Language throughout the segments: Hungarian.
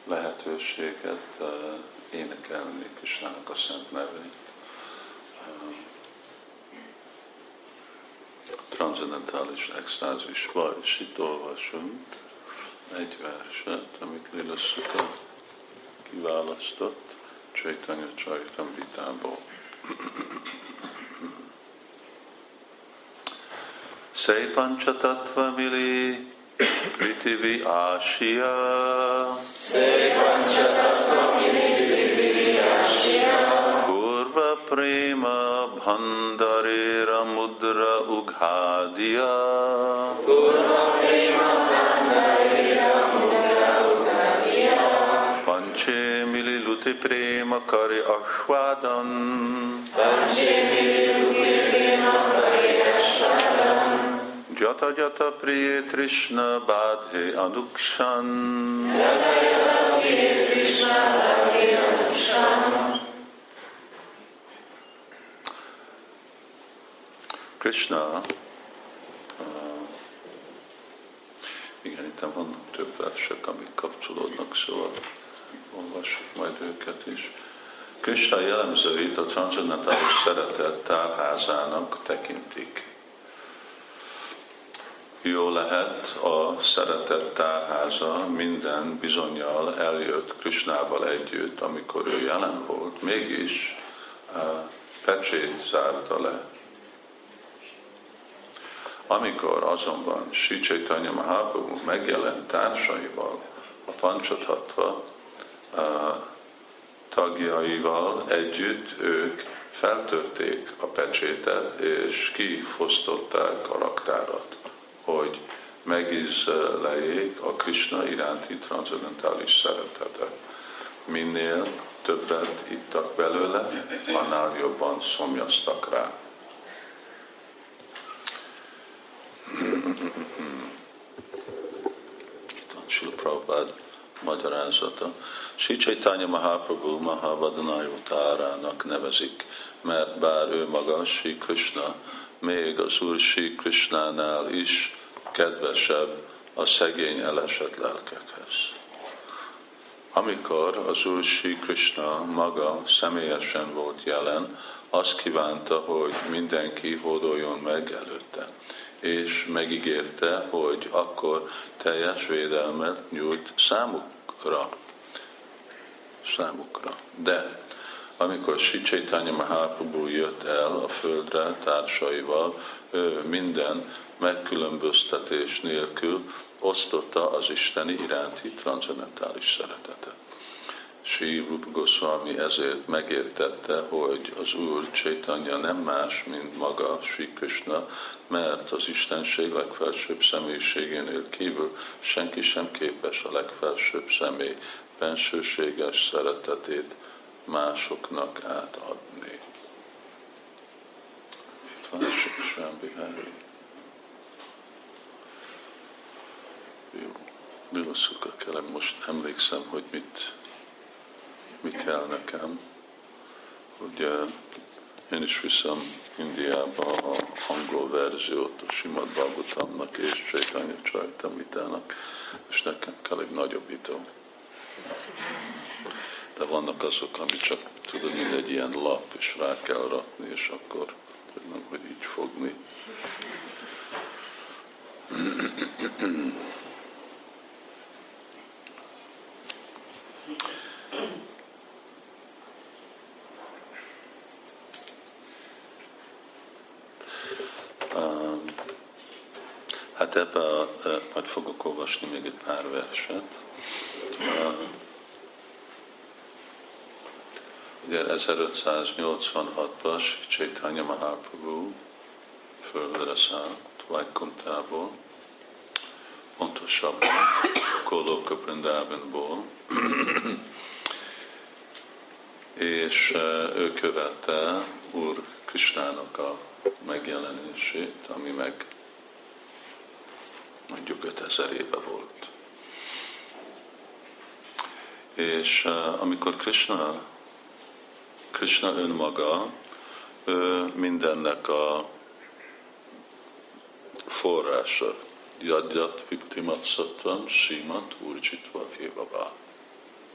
lehetőséget énekelni Krisnának a szent nevét. Transzendentális extázisba, és itt olvasunk egy verset, amit Lila Sukha kiválasztott Chaitanya Charitamritából. Say Panchatattva Mili Prithvi Ashya Say Panchatattva Mili Prithvi Ashya Purva Prema Bhandarera Mudra Ughadya Purva Prema Bhandarera Mudra Ughadya Panche Mili Luti Prema Kari Ashwadan Panche Mili Luti Prema Kari Ashwadan Jata Jata Priye Trishna Badhe Anukshan Yata Yata Priye Krishna Bhakti Anukshan Krishna, igen, itt vannak több versek, amik kapcsolódnak, szóval olvassuk majd őket is. Krishna jellemzőit a transzendentális szeretet tárházának tekintik. Jó lehet, a szeretet tárháza minden bizonnyal eljött Krishnával együtt, amikor ő jelen volt, mégis pecsét zárta le. Amikor azonban Sri Chaitanya Mahaprabhu megjelent társaival, a Panchatattva tagjaival együtt, ők feltörték a pecsétet, és kifosztották a raktárat, hogy megízleljék a Krishna iránti transzendentális szeretetet. Minél többet ittak belőle, annál jobban szomjaztak rá. Srila Prabhupád magyarázata. Sri Chaitanya Mahaprabhu Mahavadanayotárának nevezik, mert bár ő maga Sri Krishna, még az Úr Sri Krishnánál is kedvesebb a szegény elesett lelkekhez. Amikor az Úr Sri Krishna maga személyesen volt jelen, azt kívánta, hogy mindenki hódoljon meg előtte, és megígérte, hogy akkor teljes védelmet nyújt számukra. De amikor Sri Chaitanya Mahaprabhu jött el a földre társaival, ő minden megkülönböztetés nélkül osztotta az isteni iránti transzendentális szeretetet. Sri Rupa Goswami ezért megértette, hogy az Úr Chaitanya nem más, mint maga Sri Krishna, mert az Istenség legfelsőbb személyiségénél kívül senki sem képes a legfelsőbb személy bensőséges szeretetét másoknak átadni. Itt van Sri Bihari. Jó, Lila Sukha kell, most emlékszem, hogy mi kell nekem. Ugye én is viszem Indiába a angol verziót a Simad Bhagavatamnak és Chaitanya Charitamritának, és nekem kell egy nagyobb idő. De vannak azok, ami csak tudod, mint egy ilyen lap, és rá kell rakni, és akkor tudom, hogy így fogni. Hát ebben majd fogok olvasni még egy pár verset. Ugye 1586-ban Chaitanya Mahaprabhu földre szállt Vaikuntából, pontosabban Goloka Vrindavanból, és ő követte Úr Krishnának a megjelenését, ami meg mondjuk 5000 éve volt. És amikor Krishna önmaga, ő mindennek a forrása. Yadjat viktimat szattam, simat urcsitva évavá.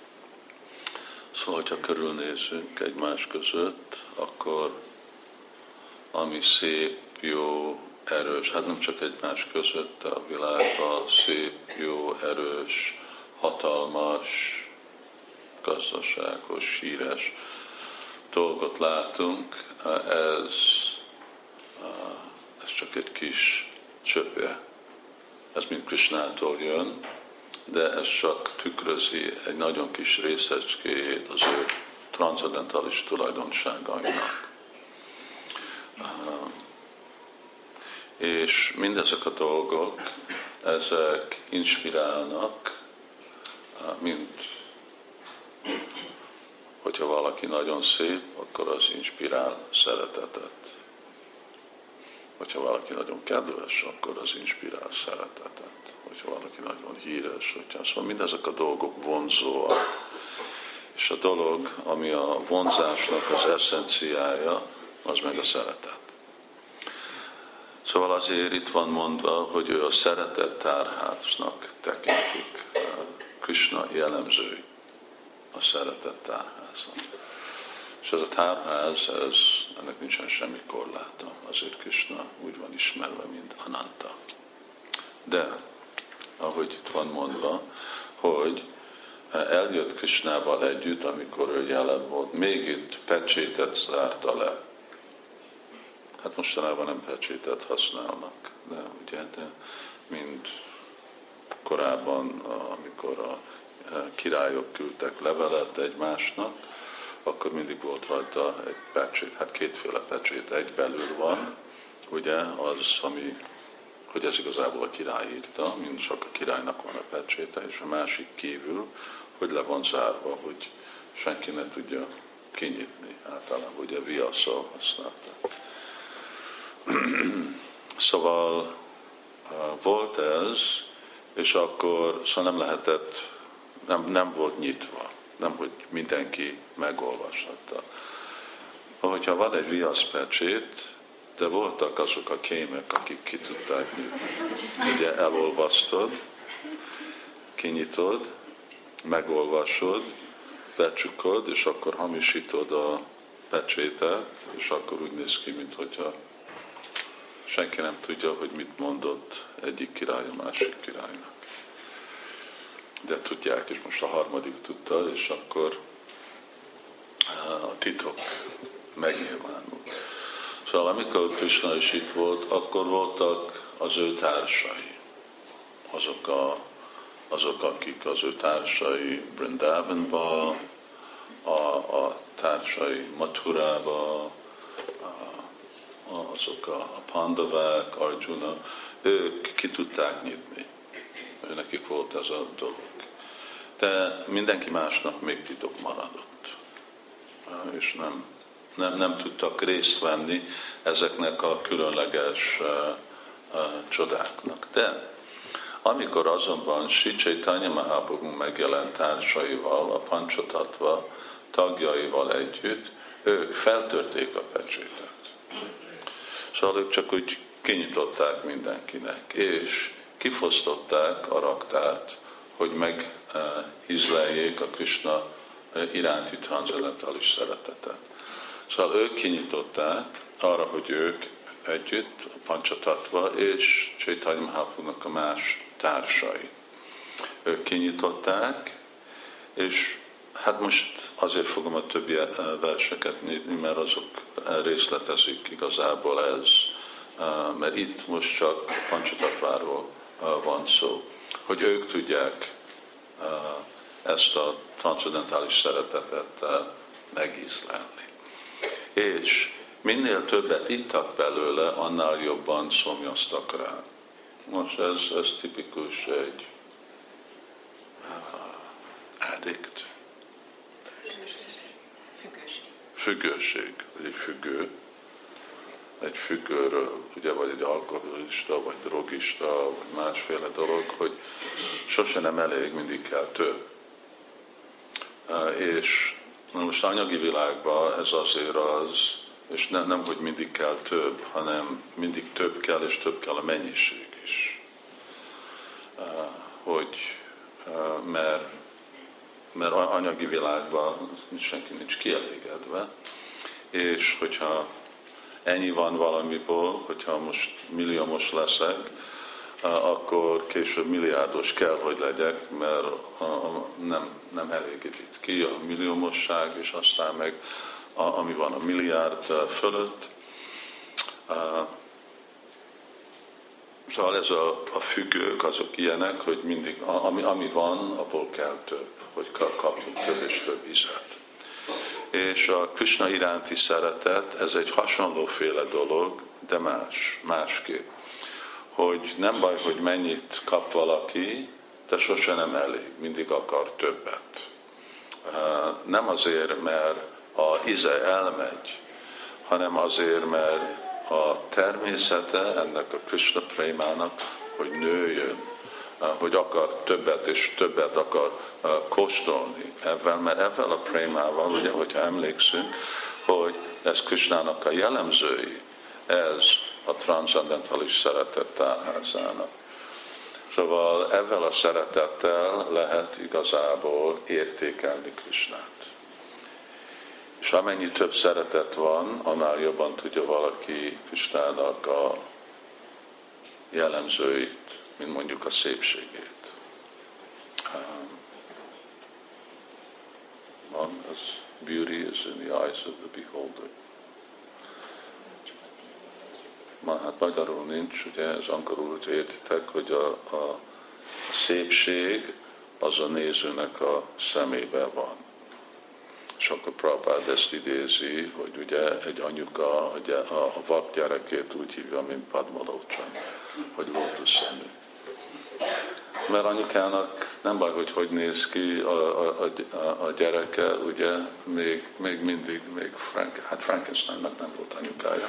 Szóval, ha körülnézünk egymás között, akkor ami szép, jó, erős, hát nem csak egymás között, de a világban szép, jó, erős, hatalmas, gazdaságos, híres dolgot látunk, ez csak egy kis csöpje. Ez mind Krishnától jön, de ez csak tükrözi egy nagyon kis részecskéjét az ő transzendentális tulajdonságainak. És mindezek a dolgok, ezek inspirálnak, mint hogyha valaki nagyon szép, akkor az inspirál szeretetet. Hogyha valaki nagyon kedves, akkor az inspirál szeretetet. Hogyha valaki nagyon híres, szóval mindezek a dolgok vonzóak. És a dolog, ami a vonzásnak az eszenciája, az meg a szeretet. Szóval azért itt van mondva, hogy ő a szeretet tárháznak tekintik. Krishna jellemzői a szeretet tárháznak. És ez a tárház, ennek nincsen semmi korláta. Azért Krishna úgy van ismerve, mint Ananta. De, ahogy itt van mondva, hogy eljött Krishnával együtt, amikor ő jelen volt, még itt pecsétet zárta le. Hát mostanában nem pecsétet használnak, de mint korábban, amikor a királyok küldtek levelet egymásnak, akkor mindig volt rajta egy pecsét, hát kétféle pecsét, egy belül van, ugye, az, hogy ez igazából a király írta, mint csak a királynak van a pecséte, és a másik kívül, hogy le van zárva, hogy senki ne tudja kinyitni. Általában ugye viaszal használta. Szóval volt ez, és akkor szóval nem lehetett, nem volt nyitva, nem, hogy mindenki megolvashatta. Hogyha van egy viaszpecsét, de voltak azok a kémek, akik ki tudták nyitni. Ugye elolvasztod, kinyitod, megolvasod, becsukod, és akkor hamisítod a pecsétet, és akkor úgy néz ki, mintha senki nem tudja, hogy mit mondott egyik király a másik királynak. De tudják, és most a harmadik tudta, és akkor a titok megnyilvánul. Szóval amikor Krishna is itt volt, akkor voltak az ő társai. Azok akik az ő társai Brindavanba, a társai Mathurába, azok a Pandavák, Arjuna, ők ki tudták nyitni. Nekik volt ez a dolog. De mindenki másnak még titok maradott. És nem tudtak részt venni ezeknek a különleges csodáknak. De amikor azonban Sri Chaitanya Mahaprabhu megjelent társaival, a Panchatattva tagjaival együtt, ők feltörték a pecsétet. Szóval ők csak úgy kinyitották mindenkinek, és kifosztották a raktárt, hogy megízleljék a Krishna iránti transzendentális szeretetet. Szóval ők kinyitották arra, hogy ők együtt, a Panchatattva és Chaitanya Mahaprabhunak a más társai. Ők kinyitották, és hát most azért fogom a többi verseket nézni, mert azok részletezik igazából ez, mert itt most csak Panchatattváról van szó, hogy ők tudják ezt a transzendentális szeretetet megízlelni. És minél többet ittak belőle, annál jobban szomjaztak rá. Most ez tipikus egy addict. Függőség, vagy egy függő. Egy függőről, ugye, vagy egy alkoholista, vagy drogista, vagy másféle dolog, hogy sose nem elég, mindig kell több. És most anyagi világban ez azért az, és nem hogy mindig kell több, hanem mindig több kell, és több kell a mennyiség is. Mert mert anyagi világban senki nincs kielégedve, és hogyha ennyi van valamiből, hogyha most milliómos leszek, akkor később milliárdos kell, hogy legyek, mert nem elégít ki a milliómosság, és aztán meg ami van a milliárd fölött. Szóval ez a függők, azok ilyenek, hogy mindig, ami van, abból kell több, hogy kapjunk több és több ízet. És a Krishna iránti szeretet, ez egy hasonlóféle dolog, de másképp. Hogy nem baj, hogy mennyit kap valaki, de sose nem elég, mindig akar többet. Nem azért, mert az íze elmegy, hanem azért, mert a természete ennek a Krishna prémának, hogy nőjön, hogy akar többet és többet akar kóstolni ebben, mert ebben a prémával, ugye, hogyha emlékszünk, hogy ez Krishnának a jellemzői, ez a transzendentális szeretet tárházának. Szóval ezzel a szeretettel lehet igazából értékelni Krishnát. És amennyi több szeretet van, annál jobban tudja valaki Krishnának a jellemzőit, mint mondjuk a szépségét. As beauty is in the eyes of the beholder. Hát magyarul nincs, ugye ez angolul, hogy értitek, hogy a szépség az a nézőnek a szemébe van. És akkor Prabhupád ezt idézi, hogy ugye egy anyuka a vak gyerekét úgy hívja, mint Padmalochan, hogy lótusz szemű. Mert anyukának nem baj, hogy néz ki a gyereke, ugye, még mindig, Frankensteinnak nem volt anyukája.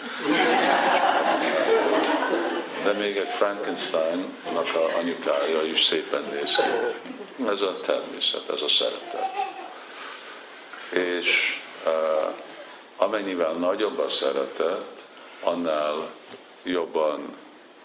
De még egy Frankensteinnak a anyukája is szépen néz ki. Ez a természet, ez a szeretet. És amennyivel nagyobb a szeretet, annál jobban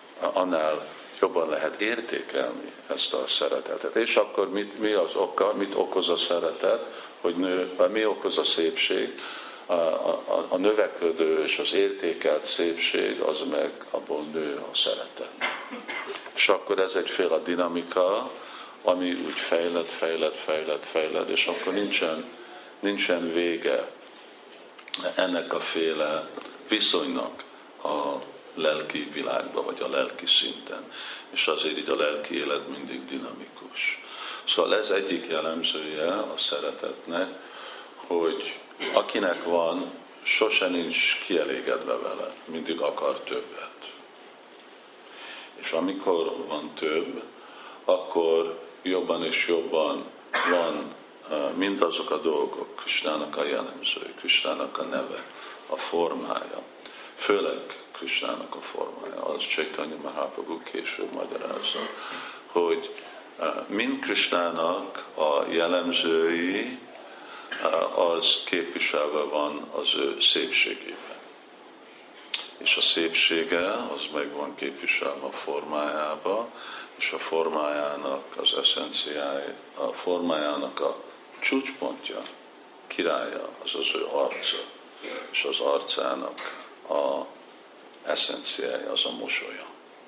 lehet értékelni ezt a szeretetet. És akkor mi az oka, mit okoz a szeretet, hogy mi okoz a szépség? A növekedő és az értékelt szépség, az meg abból nő a szeretet. És akkor ez egyféle dinamika, ami úgy fejlett, és akkor nincsen vége ennek a féle viszonynak a lelki világban, vagy a lelki szinten. És azért így a lelki élet mindig dinamikus. Szóval ez egyik jellemzője a szeretetnek, hogy akinek van, sose nincs kielégedve vele, mindig akar többet. És amikor van több, akkor jobban és jobban van mindazok a dolgok, Krishnának a jellemzői, Krishnának a neve, a formája. Főleg Krishnának a formája, az Chaitanya Mahaprabhu később magyarázza, hogy mind Krishnának a jellemzői, az képviselve van az ő szépségében. És a szépsége, az meg van képviselve a formájába, és a formájának az eszenciája, a formájának a csúcspontja, királya, az az ő arca, és az arcának a eszenciája, az a mosolya.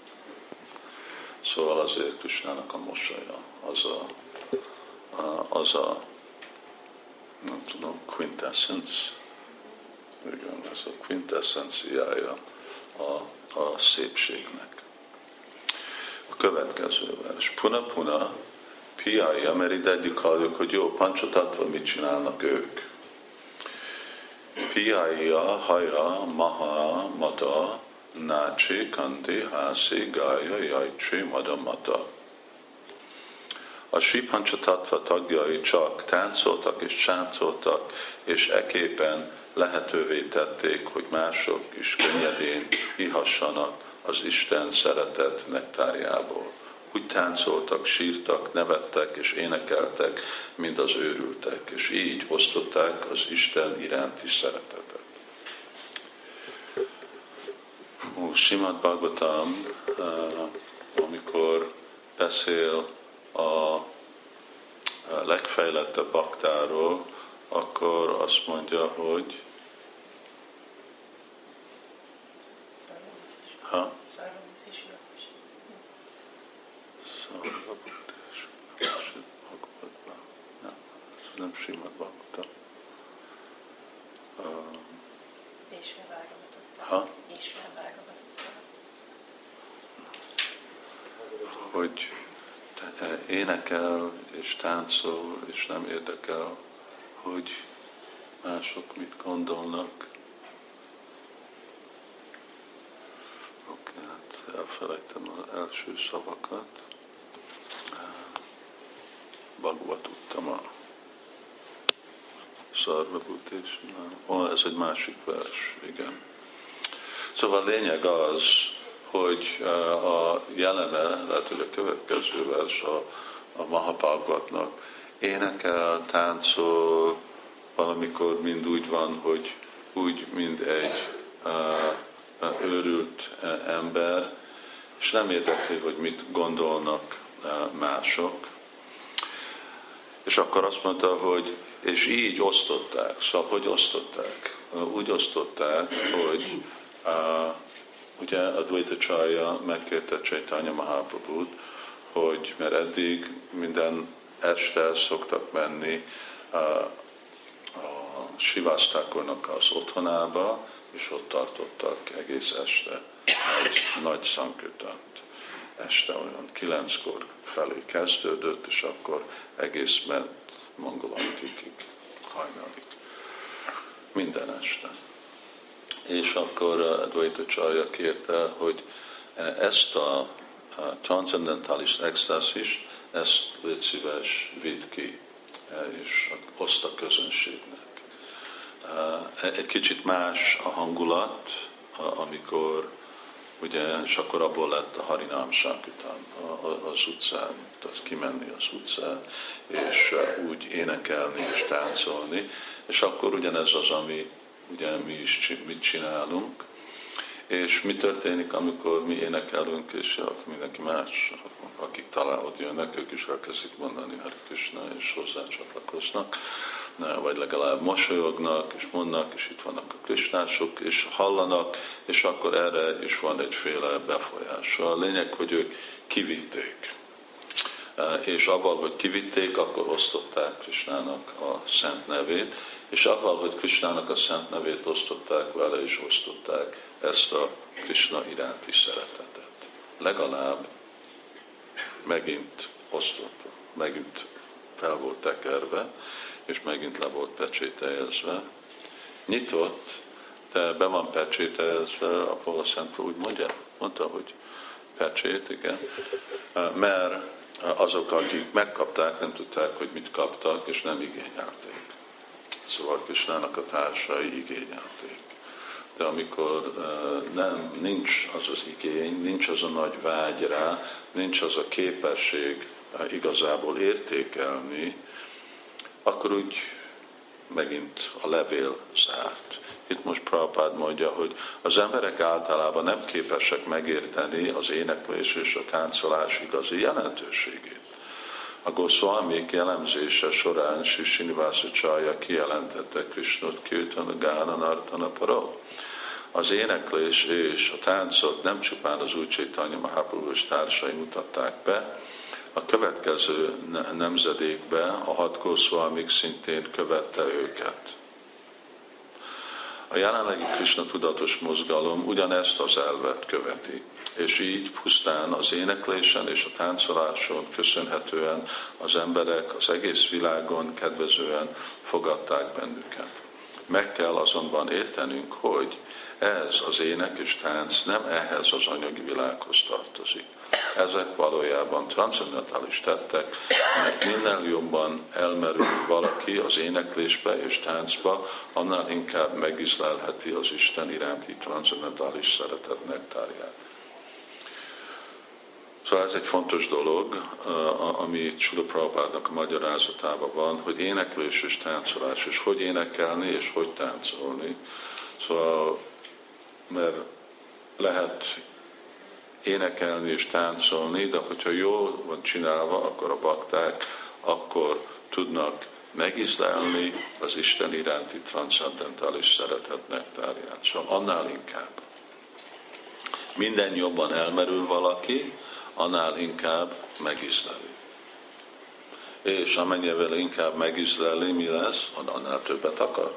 Szóval azért Krishnának a mosolya, az a nem tudom, quintessence, igen, ez a quintessenciája a szépségnek. A következő vers. Puna, piája, mert ide egyik halljuk, hogy jó, Pancsatattva mit csinálnak ők. Piája, haja, maha, mata, nácsi, kanti, hászi, gája, jajcsi, mata. A Sri Pancsatattva tagjai csak táncoltak és csáncoltak, és eképpen lehetővé tették, hogy mások is könnyedén ihassanak az Isten szeretet nektárjából. Úgy táncoltak, sírtak, nevettek és énekeltek, mint az őrültek, és így osztották az Isten iránti szeretetet. Srimad Bhagavatam, amikor beszél a legfejlettebb baktáról, akkor azt mondja, hogy nem Srimad Bhagavatam. Hogy énekel és táncol, és nem érdekel, hogy mások mit gondolnak. Oké, hát elfelejtem az első szavakat. Bhagavatuttam a Sarvabhutésnál. Ez egy másik vers, igen. Szóval a lényeg az, hogy a jelene, lehet, hogy a következő vers a Mahabhagavadnak énekel, táncol, valamikor mind úgy van, hogy úgy, mint egy őrült ember, és nem érdekli, hogy mit gondolnak mások. És akkor azt mondta, hogy és így osztották. Szóval hogy osztották? Úgy osztották, hogy ugye a Dvaitacharya megkérte Chaitanya Mahaprabhut, hogy mert eddig minden este szoktak menni a Sivasztákornak az otthonába, és ott tartottak egész este nagy szankirtant. Este olyan 9-kor felé kezdődött, és akkor egész ment Mangalantikig, hajnalig. Minden este. És akkor Dvaitacharya kérte, hogy ezt a transzendentális extázist, ezt légy szíves, vidd ki, és oszd a közönségnek. Egy kicsit más a hangulat, amikor ugye, és akkor abból lett a Harinám Sankirtan az utcán, tehát kimenni az utcán, és úgy énekelni és táncolni, és akkor ugyanez az, ami ugye mi is mit csinálunk, és mi történik, amikor mi énekelünk, és mindenki más, akik talán ott jönnek, ők is elkezdik mondani Hare Krishna, és hozzá csatlakoznak, vagy legalább mosolyognak, és mondnak, és itt vannak a krishnások, és hallanak, és akkor erre is van egyféle befolyás. A lényeg, hogy ők kivitték. És avval, hogy kivitték, akkor osztották Krishnának a szent nevét, és avval, hogy Krishnának a szent nevét osztották vele, és osztották ezt a Krishna iránti szeretetet. Legalább megint osztott, megint fel volt tekerve, és megint le volt pecsételjezve. Nyitott, de be van pecsételjezve, Apollo Szent úgy mondta, hogy pecsét, igen, mert azok, akik megkapták, nem tudták, hogy mit kaptak, és nem igényelték. Szóval Krishnának a társai igényelték. De amikor nincs az az igény, nincs az a nagy vágy rá, nincs az a képesség igazából értékelni, akkor úgy megint a levél zárt. Itt most Prabhupád mondja, hogy az emberek általában nem képesek megérteni az éneklés és a táncolás igazi jelentőségét. A Goswamik jellemzése során Sri Srinivasacharya kijelentette Krishnut Kirtana Gána Nartana Paro. Az éneklés és a táncot nem csupán az Úr Chaitanya Mahaprabhu társai mutatták be, a következő nemzedékbe a 6 Goswamik szintén követte őket. A jelenlegi Krishna tudatos mozgalom ugyanezt az elvet követi, és így pusztán az éneklésen és a táncoláson köszönhetően az emberek az egész világon kedvezően fogadták bennüket. Meg kell azonban értenünk, hogy ez az ének és tánc nem ehhez az anyagi világhoz tartozik. Ezek valójában transzendentális tettek, mert minél jobban elmerül valaki az éneklésbe és táncba, annál inkább megízlelheti az Isten iránti transzendentális szeretet nektárját. Szóval ez egy fontos dolog, ami Srila Prabhupádnak a magyarázatában van, hogy éneklés és táncolás, és hogy énekelni és hogy táncolni. Szóval, mert lehet énekelni és táncolni, de hogyha jól van csinálva, akkor a bakták akkor tudnak megízlelni az Isten iránti transzcendentális szeretet nektárját. Szóval annál inkább. Minden jobban elmerül valaki, annál inkább megízleli. És amennyivel inkább megízleli, mi lesz? Annál többet akar.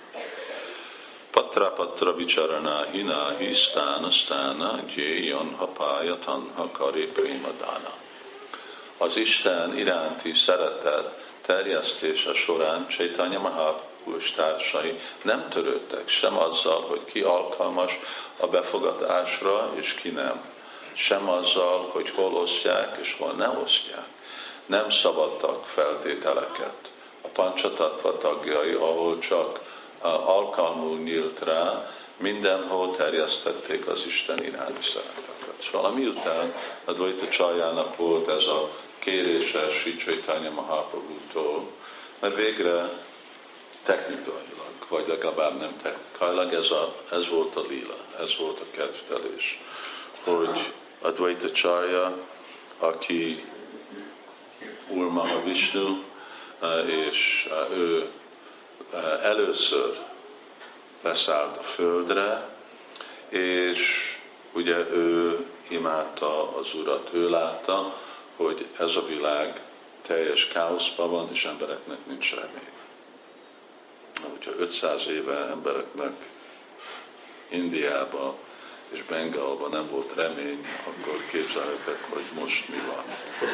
Patra vicsaranā hināhi sztána gyéjon hapája tanha karé prémadána. Az Isten iránti szeretet terjesztése során Chaitanya Mahaprabhu és társai nem törődtek sem azzal, hogy ki alkalmas a befogadásra és ki nem. Sem azzal, hogy hol osztják és hol ne osztják. Nem szabadtak feltételeket. A Pancsatattva tagjai, ahol csak alkalmul nyílt rá, mindenhol terjesztették az Isten iránti szeretetet. Szóval miután a Dvaita Csaljának volt ez a kérése Sri Chaitanya Mahaprabhutól, mert végre technikailag, vagy legalább nem technikailag, ez volt a lila, ez volt a kedvtelés, hogy a Dvaita Csalja, aki Úr Mahavishnu, és ő először leszállt a földre, és ugye ő imádta az Urat, ő látta, hogy ez a világ teljes káoszban van, és embereknek nincs remény. Hogyha 500 éve embereknek Indiában és Bengalban nem volt remény, akkor képzeljétek, hogy most mi van.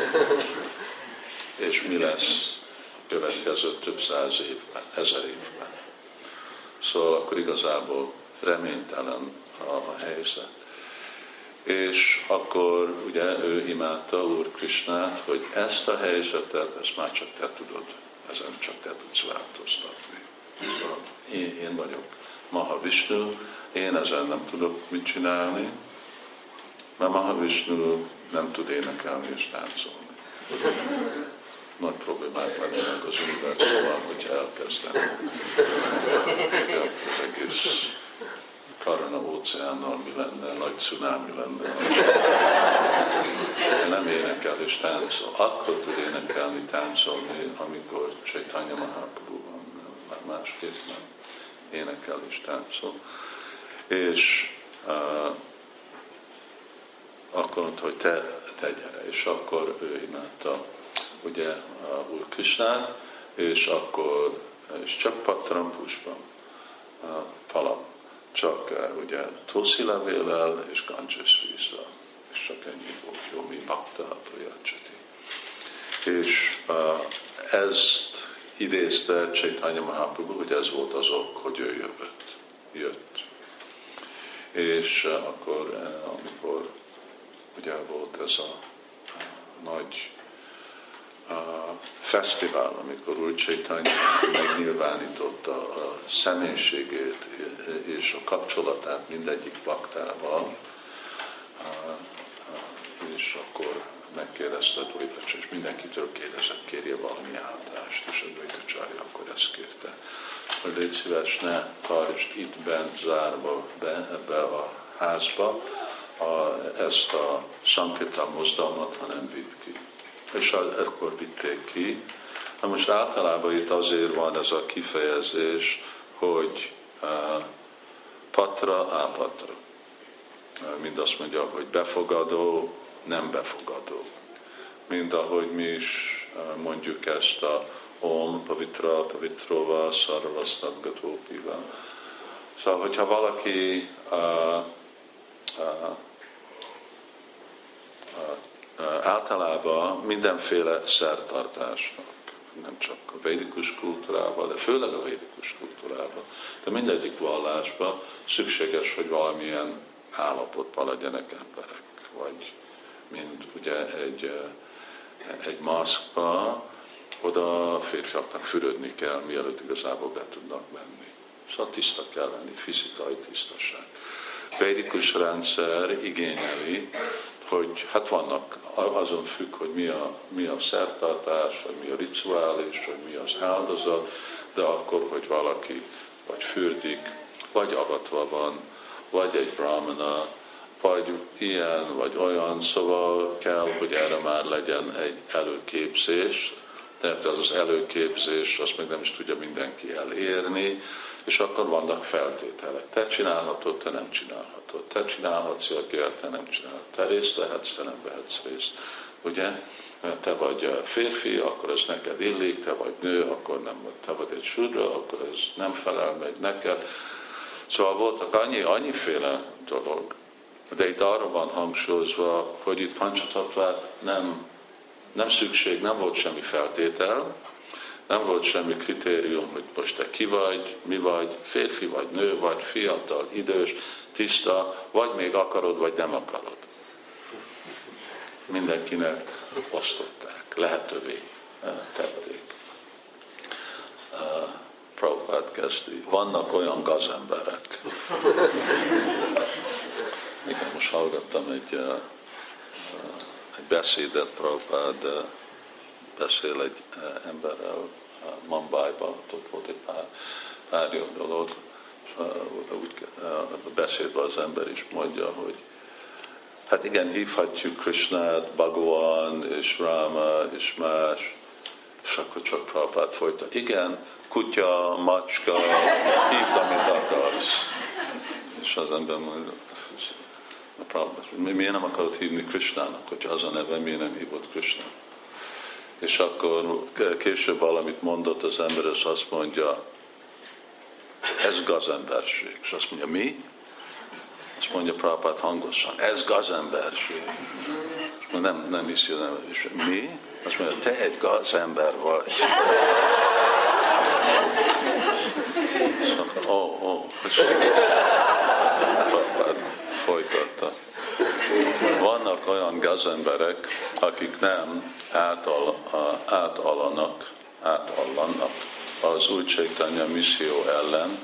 És mi lesz a következő több száz évben, 1000 évben. Szóval akkor igazából reménytelen a helyzet. És akkor ugye ő imádta Úr Krisnát, hogy ezt a helyzetet, ezt már csak te tudod, ezen csak te tudsz változtatni. Szóval én vagyok Mahavishnu, én ezen nem tudok mit csinálni, mert Mahavishnu nem tud énekelni és táncolni. Nagy problémák lennének az univerzumban, hogyha elkezdenek. Az egész Karana óceánnal mi lenne, nagy cunami lenne. Nem énekel és táncol. Akkor tud énekelni, táncolni, amikor Chaitanya Mahaprabhu van, már másképp nem énekel és táncol. És akkor mondta, hogy te gyere, és akkor ő imádta ugye Úr Krisnát, és akkor és csak Patram Pushpam, palam, csak ugye tulsi levéllel és ganges vízzel, és csak ennyi volt, jó, mi bakta prajacsati. És ezt idézte Chaitanya Mahaprabhu, hogy ez volt az ok, hogy ő jött. És akkor, amikor ugye volt ez a nagy fesztivál, amikor Úr Chaitanya megnyilvánította a személyiségét és a kapcsolatát mindegyik baktával, és akkor megkérdezte Dvaita, és mindenkitől kérdezett, kérje valami áldást, és a Dvaita Csalja akkor ezt kérte, hogy légy szíves, ne tartsd itt bent zárva be ebbe a házba ezt a Sankirtan mozdalmat, hanem vidd ki. És akkor vitték ki. Na most általában itt azért van ez a kifejezés, hogy patra, ápatra. Mind azt mondja, hogy befogadó, nem befogadó. Mind ahogy mi is mondjuk ezt a Om Pavitra Pavitrova Sarvastat Gatópiva. Szóval, hogyha valaki általában mindenféle szertartásnak, nem csak a védikus kultúrában, de főleg a védikus kultúrában, de mindegyik vallásban szükséges, hogy valamilyen állapotban legyenek emberek, vagy mint ugye egy maszkba, oda férfiaknak fürödni kell, mielőtt igazából be tudnak menni. Szóval tiszta kell lenni, fizikai tisztaság. Védikus rendszer igényeli, hogy hát vannak, azon függ, hogy mi a szertartás, vagy mi a rituális, vagy mi az áldozat, de akkor, hogy valaki vagy fürdik, vagy avatva van, vagy egy brahmana, vagy ilyen, vagy olyan, szóval kell, hogy erre már legyen egy előképzés, tehát az az előképzés, azt még nem is tudja mindenki elérni, és akkor vannak feltételek. Te csinálhatod, te nem csinálhatod. Te csinálhatsz joggért, te nem csinálhatod. Te részt vehetsz, te nem vehetsz részt. Ugye? Te vagy férfi, akkor ez neked illik, te vagy nő, akkor nem vagy. Te vagy egy sudra, akkor ez nem felel meg neked. Szóval voltak annyiféle dolog. De itt arra van hangsúlyozva, hogy itt Pancsatatvát nem szükség, nem volt semmi feltétel, nem volt semmi kritérium, hogy most te ki vagy, mi vagy, férfi vagy, nő vagy, fiatal, idős, tiszta, vagy még akarod, vagy nem akarod. Mindenkinek osztották, lehetővé tették. Prabhupád kezdi. Vannak olyan gazemberek. Igen, most hallgattam egy beszédet, Prabhupád beszél egy emberrel Mumbaiban, ott volt egy pár jó dolog, és úgy beszédben az ember is mondja, hogy hát igen, hívhatjuk Krishnát, Bhagavan, és Rama, és más, és akkor csak Prabhupád folyta. Igen, kutya, macska, hívd, amit akarsz. És az ember mondja, miért nem akarod hívni Krishnának, hogyha az a neve, miért nem hívott Krishnát? És akkor később valamit mondott az ember, és azt mondja, ez gazemberség. És azt mondja, mi? Azt mondja Prabhupád hangosan, ez gazemberség. Nem hiszi, nem. És mi? Azt mondja, te egy gazember vagy. Prabhupád folytatta. Vannak olyan gazemberek, akik nem átallanak az Úr Chaitanya misszió ellen,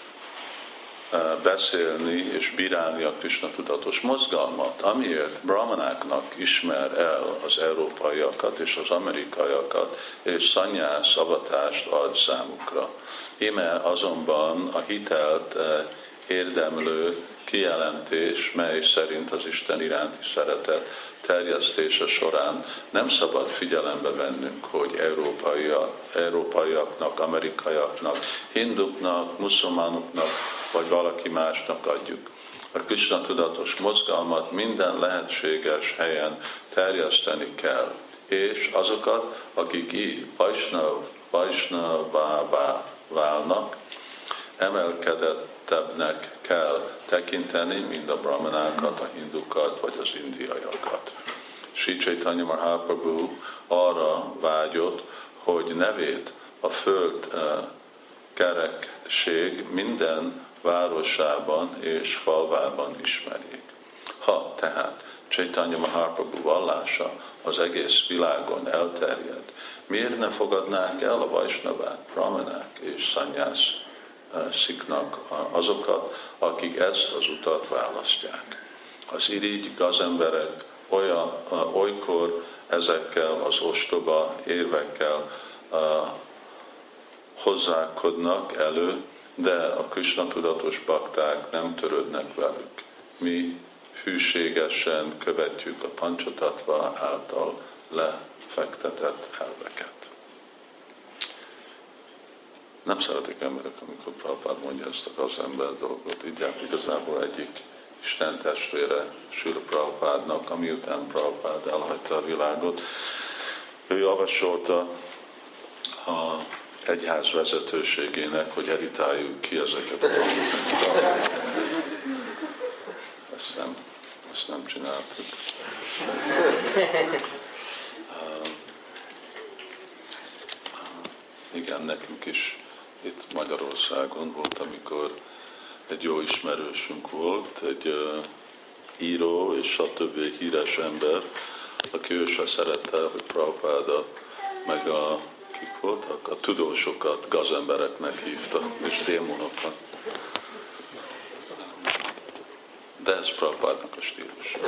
beszélni és bírálni a Krishna tudatos mozgalmat, amiért brahmanáknak ismer el az európaiakat és az amerikaiakat, és szanyász avatást ad számukra. Íme azonban a hitelt érdemlő kijelentés, mely szerint az Isten iránti szeretet terjesztése során nem szabad figyelembe vennünk, hogy európaiaknak, amerikaiaknak, hinduknak, muszulmánoknak, vagy valaki másnak adjuk. A Krishna tudatos mozgalmat minden lehetséges helyen terjeszteni kell, és azokat, akik így Vaishnavává válnak, emelkedettebbnek kell tekinteni, mint a brahmanákat, a hindukat, vagy az indiaiakat. Sri Chaitanya Mahaprabhu arra vágyott, hogy nevét a föld kerekség minden városában és falvában ismerjék. Ha tehát Chaitanya Mahaprabhu vallása az egész világon elterjed, miért ne fogadnák el a Vaishnavák, brahmanák és szanyász sziknak azokat, akik ezt az utat választják. Az irigy gazemberek olykor ezekkel az ostoba érvekkel hozzálkodnak elő, de a Krishna tudatos bakták nem törődnek velük. Mi hűségesen követjük a Pancsatattva által lefektetett elveket. Nem szeretik emberek, amikor Prabhupád mondja ezt a gazember dolgot. Így igazából egyik Isten testvére Srila Prabhupádnak, amiután Prabhupád elhagyta a világot, ő javasolta a egyház vezetőségének, hogy editáljuk ki ezeket a dolgokat. Ezt nem csináltuk. Igen, nekünk is itt Magyarországon volt, amikor egy jó ismerősünk volt, egy író és stb. Híres ember, aki ő se szerette, hogy Prabhupáda meg kik voltak, a tudósokat gazembereknek hívta, és démonokat. De ez Prabhupádnak a stílus.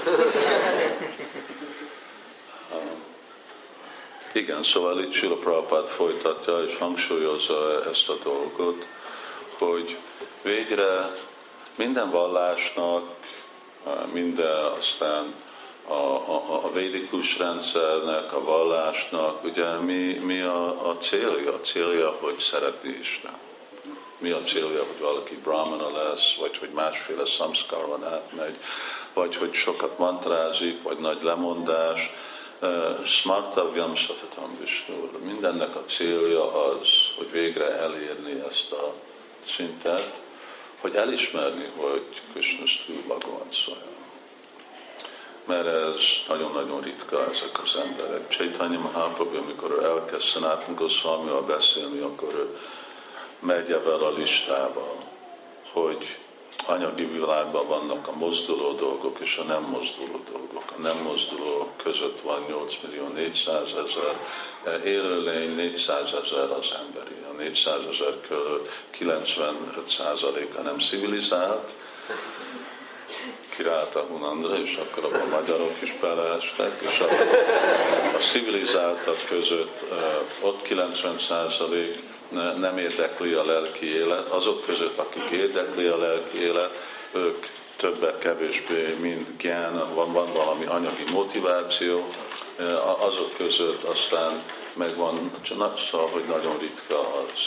Igen, szóval itt Srila Prabhupád folytatja és hangsúlyozza ezt a dolgot, hogy végre minden vallásnak, minden aztán a védikus rendszernek, a vallásnak, ugye mi a célja? A célja, hogy szeretni Isten. Mi a célja, hogy valaki brahmana lesz, vagy hogy másféle samskaron átmegy, vagy hogy sokat mantrázik, vagy nagy lemondás. Smartavyam satatam Vishnu. Mindennek a célja az, hogy végre elérni ezt a szintet, hogy elismerni, hogy Krishna Stu Bhagavan Swayam. Mert ez nagyon-nagyon ritka ezek az emberek. Chaitanya Mahaprabhu, amikor ő elkezd Sanatana Goswamival beszélni, akkor ő megy ebben a listával, hogy anyagi világban vannak a mozduló dolgok és a nem mozduló dolgok. A nem mozduló között van 8.400.000 élőlény, 400.000 az emberi. A 400.000 között 95%-a nem civilizált, királta Hunandra, és akkor abban a magyarok is beleestek, és a civilizáltak között ott 90% nem érdekli a lelki élet, azok között, akik érdekli a lelki élet, ők többek-kevésbé mind gyán, van valami anyagi motiváció, azok között aztán megvan, szóval, hogy nagyon ritka az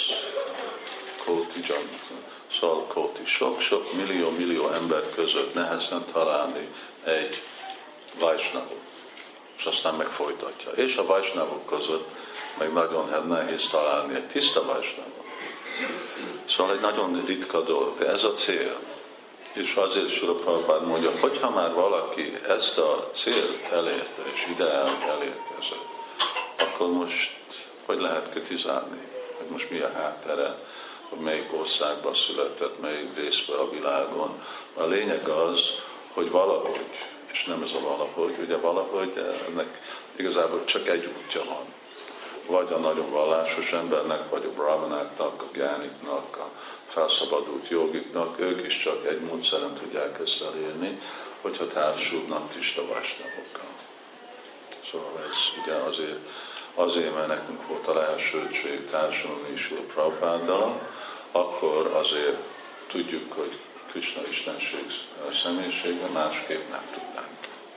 kóti, sok millió ember között nehezen találni egy vajsnavot, és aztán megfolytatja. És a vajsnavok között meg nagyon nehéz találni egy tiszta vajsnavot. Szóval egy nagyon ritka dolog, de ez a cél. És azért Srila Prabhupád mondja, hogyha már valaki ezt a célt elérte, és ideált elérkezett, akkor most hogy lehet kritizálni, hogy most mi a háttere, hogy melyik országban született, melyik részben a világon. A lényeg az, hogy valahogy, és nem ez a valahogy, ugye valahogy, ennek igazából csak egy útja van. Vagy a nagyon vallásos embernek, vagy a brahmanáknak, a gyániknak, a felszabadult jogiknak, ők is csak egy módszeren tudják ezt elérni, hogyha társulnak tiszta vajsnavokkal. Szóval ez ugye azért, mert nekünk volt a lehetőség társulni is a Prabhupáddal, akkor azért tudjuk, hogy Krishna istenség személyisége, másképp nem tudnánk.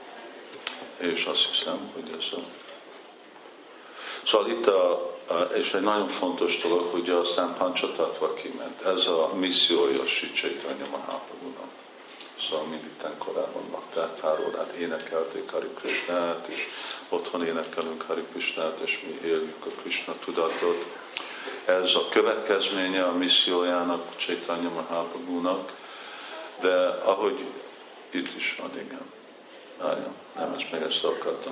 És azt hiszem, hogy ez a... Szóval itt és egy nagyon fontos dolog, hogy aztán Panchatatva kiment. Ez a missziója Sri Chaitanya Mahaprabhunak. Szóval minditten korábban bakták, pár órát énekelték Hari Krishnát, és otthon énekelünk Hari Krishnát, és mi éljük a Krishna tudatot. Ez a következménye a missziójának, Chaitanya Mahaprabhunak, de ahogy itt is van, igen. Nem, ezt akartam,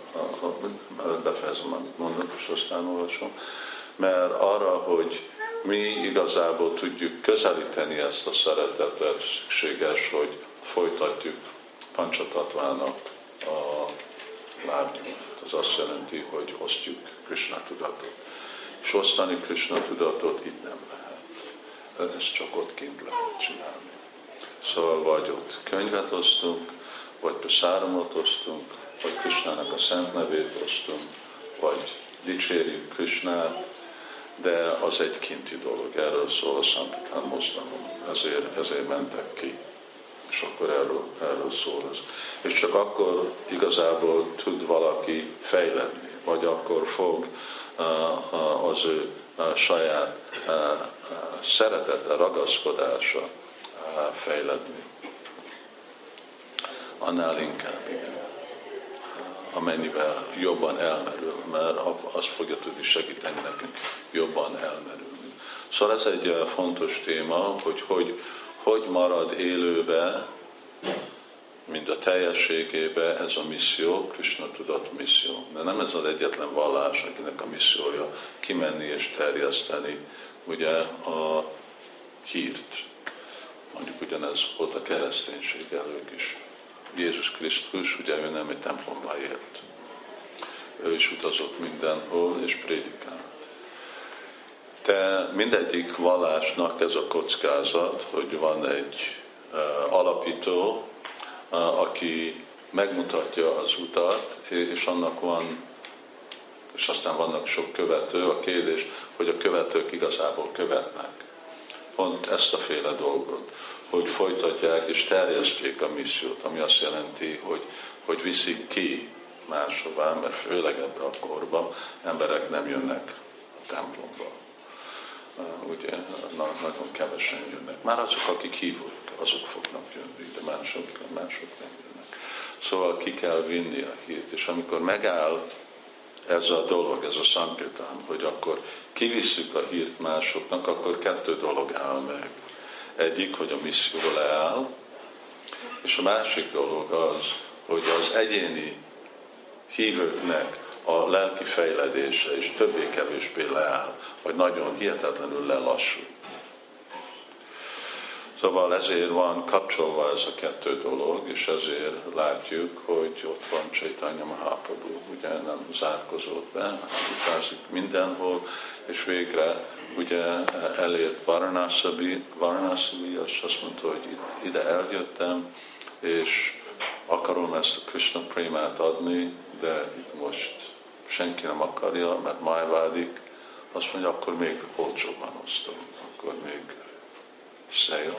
befejezem, amit mondok, és aztán olvasom. Mert arra, hogy mi igazából tudjuk közelíteni ezt a szeretetet, szükséges, hogy folytatjuk Panchatatvának a lábnyomát. Az azt jelenti, hogy osztjuk Krishna tudatot. És osztani Krishna tudatot itt nem lehet. Ezt csak ott kint lehet csinálni. Szóval vagy ott könyvet osztunk, vagy prasáramot osztunk, vagy Krishnának a szent nevét osztunk, vagy dicsérjük Krishnát, de az egy kinti dolog. Erről szól a Sankirtan mozdalom. Ezért mentek ki. És akkor erről szól ez. És csak akkor igazából tud valaki fejledni, vagy akkor fog az ő saját szeretete, ragaszkodása fejledni. Annál inkább, igen. Amennyivel jobban elmerül, mert azt fogja tudni segíteni nekünk jobban elmerülni. Szóval ez egy fontos téma, hogy marad élőbe, mint a teljességébe ez a misszió, Krishna tudat misszió. De nem ez az egyetlen vallás, akinek a missziója kimenni és terjeszteni ugye a hírt. Mondjuk ugyanez volt a kereszténység elők is. Jézus Krisztus, ugye ő nem egy templomban élt. Ő is utazott mindenhol, és prédikált. De mindegyik vallásnak ez a kockázat, hogy van egy alapító, aki megmutatja az utat, és annak van, és aztán vannak sok követő. A kérdés, hogy a követők igazából követnek. pont ezt a féle dolgot, hogy folytatják és terjesztjék a missziót, ami azt jelenti, hogy viszik ki máshová, mert főleg ebbe a korba emberek nem jönnek a templomba. Ugye nagyon kevesen jönnek. Már azok, akik hívók, azok fognak jönni, de mások nem jönnek. Szóval ki kell vinni a hírt, és amikor megáll ez a dolog, ez a szankirtán, hogy akkor kivisszük a hírt másoknak, akkor 2 dolog áll meg. Egyik, hogy a misszió leáll, és a másik dolog az, hogy az egyéni hívőknek a lelki fejledése is többé-kevésbé leáll, vagy nagyon hihetetlenül lelassul. Szóval ezért van kapcsolva ez a 2 dolog, és ezért látjuk, hogy ott van Chaitanya Mahaprabhu, ugye nem zárkozott be, utázik mindenhol, és végre ugye elért Varanasi, és azt mondta, hogy ide eljöttem, és akarom ezt a Krishna prémát adni, de itt most senki nem akarja, mert májvádik, azt mondja, akkor még olcsóbban osztom, akkor még sale,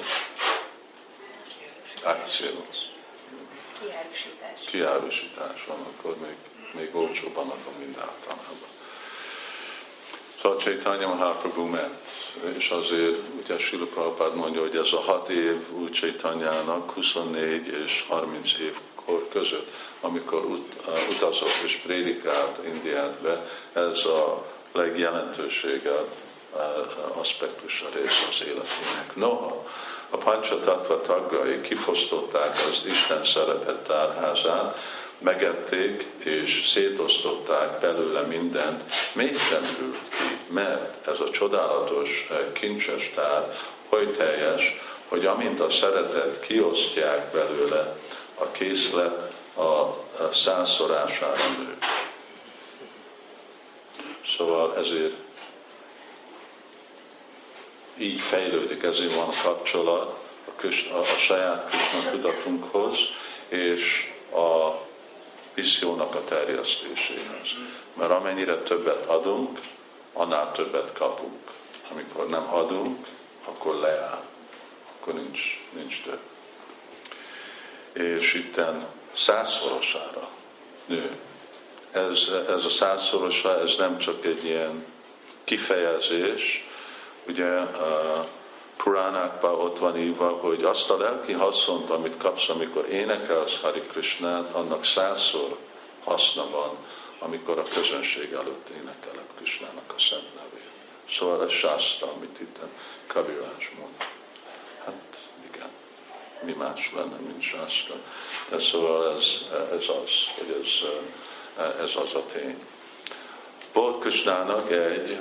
akció, kiárusítás van, akkor még olcsóbban adom mindáltalában. Szóval Chaitanya Mahaprabhu ment, és azért ugye Srila Prabhupád mondja, hogy ez a 6 év Úr Chaitanyának 24 és 30 év között, amikor utazott és prédikált Indiátbe, ez a legjelentőségebb aspektusa része az életének. Noha a Panchatattva tagjai kifosztották az Isten szeretett tárházát, megették és szétosztották belőle mindent, mégsem ült ki, mert ez a csodálatos kincses tár oly teljes, hogy amint a szeretet kiosztják belőle, a készlet a 100-szorására nő. Szóval ezért így fejlődik, ezért van kapcsolat a saját Krishna tudatunkhoz, és a missziónak a terjesztéséhez. Mert amennyire többet adunk, annál többet kapunk. Amikor nem adunk, akkor leáll, akkor nincs több. És itten 100-szorosára nő. Ez a 100-szorosa, ez nem csak egy ilyen kifejezés, ugye a Puránákban ott van írva, hogy azt a lelki haszont, amit kapsz, amikor énekelsz Hari Krishnát, annak 100-szor haszna van, amikor a közönség előtt énekeled Krishnának a szent nevét. Szóval ez sászta, amit itt Kavirás mond. Hát igen, mi más lenne, mint sászta. De szóval ez az, hogy ez az a tény. Volt Krishnának egy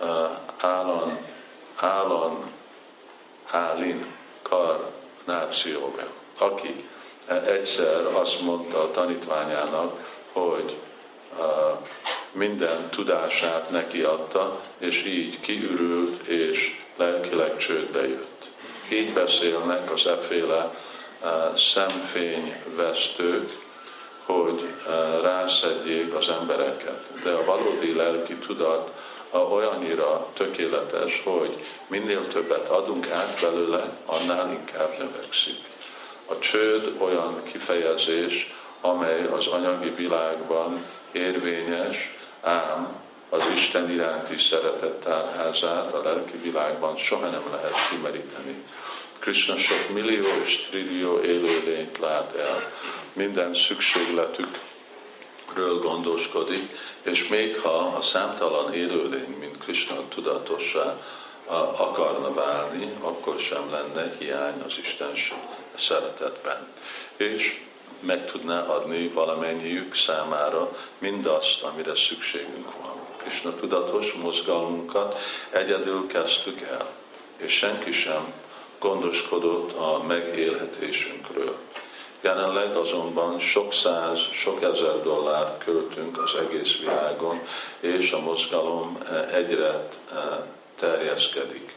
Hálin karnációja, aki egyszer azt mondta a tanítványának, hogy minden tudását neki adta, és így kiürült, és lelkileg csődbe jött. Így beszélnek az efféle szemfényvesztők, hogy rászedjék az embereket. De a valódi lelki tudat olyannyira tökéletes, hogy minél többet adunk át belőle, annál inkább növekszik. A csőd olyan kifejezés, amely az anyagi világban érvényes, ám az Isten iránti szeretet tárházát a lelki világban soha nem lehet kimeríteni. Krishna sok millió és trillió élőlényt lát el, minden szükségletükről gondoskodik, és még ha a számtalan élőlény, mint Krishna tudatossá akarna válni, akkor sem lenne hiány az Isten szeretetben. És meg tudná adni valamennyiük számára mindazt, amire szükségünk van. Krishna tudatos mozgalmunkat egyedül kezdtük el, és senki sem gondoskodott a megélhetésünkről. Jelenleg azonban sok száz, sok ezer dollárt költünk az egész világon, és a mozgalom egyre terjeszkedik.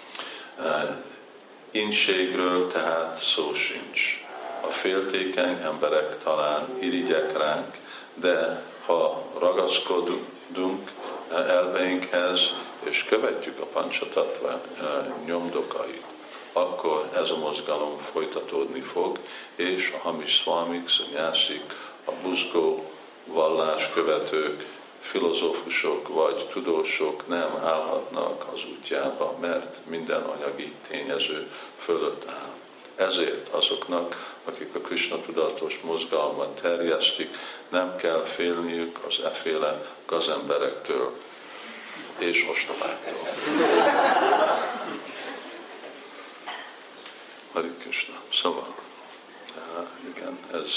Ínségről tehát szó sincs. A féltékeny emberek talán irigyek ránk, de ha ragaszkodunk elveinkhez, és követjük a Panchatattva nyomdokait, akkor ez a mozgalom folytatódni fog, és a hamis szvamik, szanyászik, a buzgó valláskövetők, filozófusok vagy tudósok nem állhatnak az útjába, mert minden anyagi tényező fölött áll. Ezért azoknak, akik a Krishna tudatos mozgalmat terjesztik, nem kell félniük az efféle gazemberektől és ostobáktól. Hare Krishna. Szóval, igen,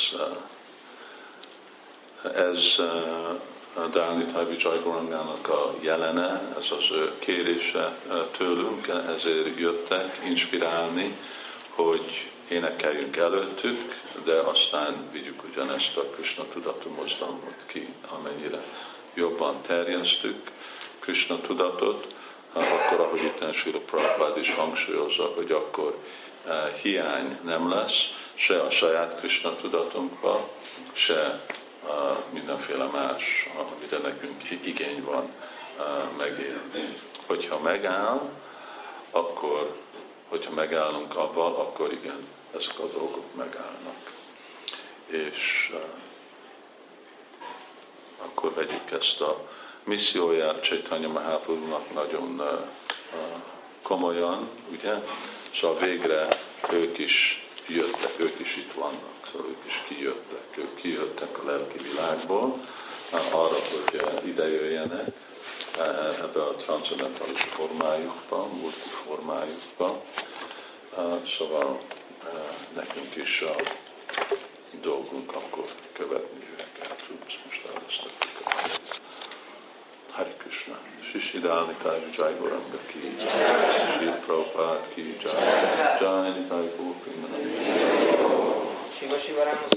ez Dálnitáj Vijay Gaurangának a jelene, ez az ő kérése tőlünk, ezért jöttek inspirálni, hogy énekeljünk előttük, de aztán vigyük ugyanezt a Krishna tudatú mozgalmat ki, amennyire jobban terjesztük Krishna tudatot, akkor, ahogy itt Srila Prabhupád is hangsúlyozza, hogy akkor hiány nem lesz, se a saját Krishna tudatunkban, se mindenféle más, amire nekünk igény van megélni. Hogyha megáll, akkor, hogyha megállunk abban, akkor igen, ezek a dolgok megállnak. És akkor vegyük ezt a misszióját Chaitanya Mahaprabhunak nagyon komolyan, ugye? Szóval végre ők is jöttek, ők is itt vannak, szóval ők is kijöttek, ők kijöttek a lelki világból arra, hogy ide jöjjenek ebbe a transzendentális formájukba, multi formájukba. Szóval nekünk is a dolgunk akkor követni őket. Most elvesztettük. Hare Krishna. Shri Dálnitáj Vijay Gauranga ki jai, Shri Prabhupada ki jai, Jai Nitáj Gopinam.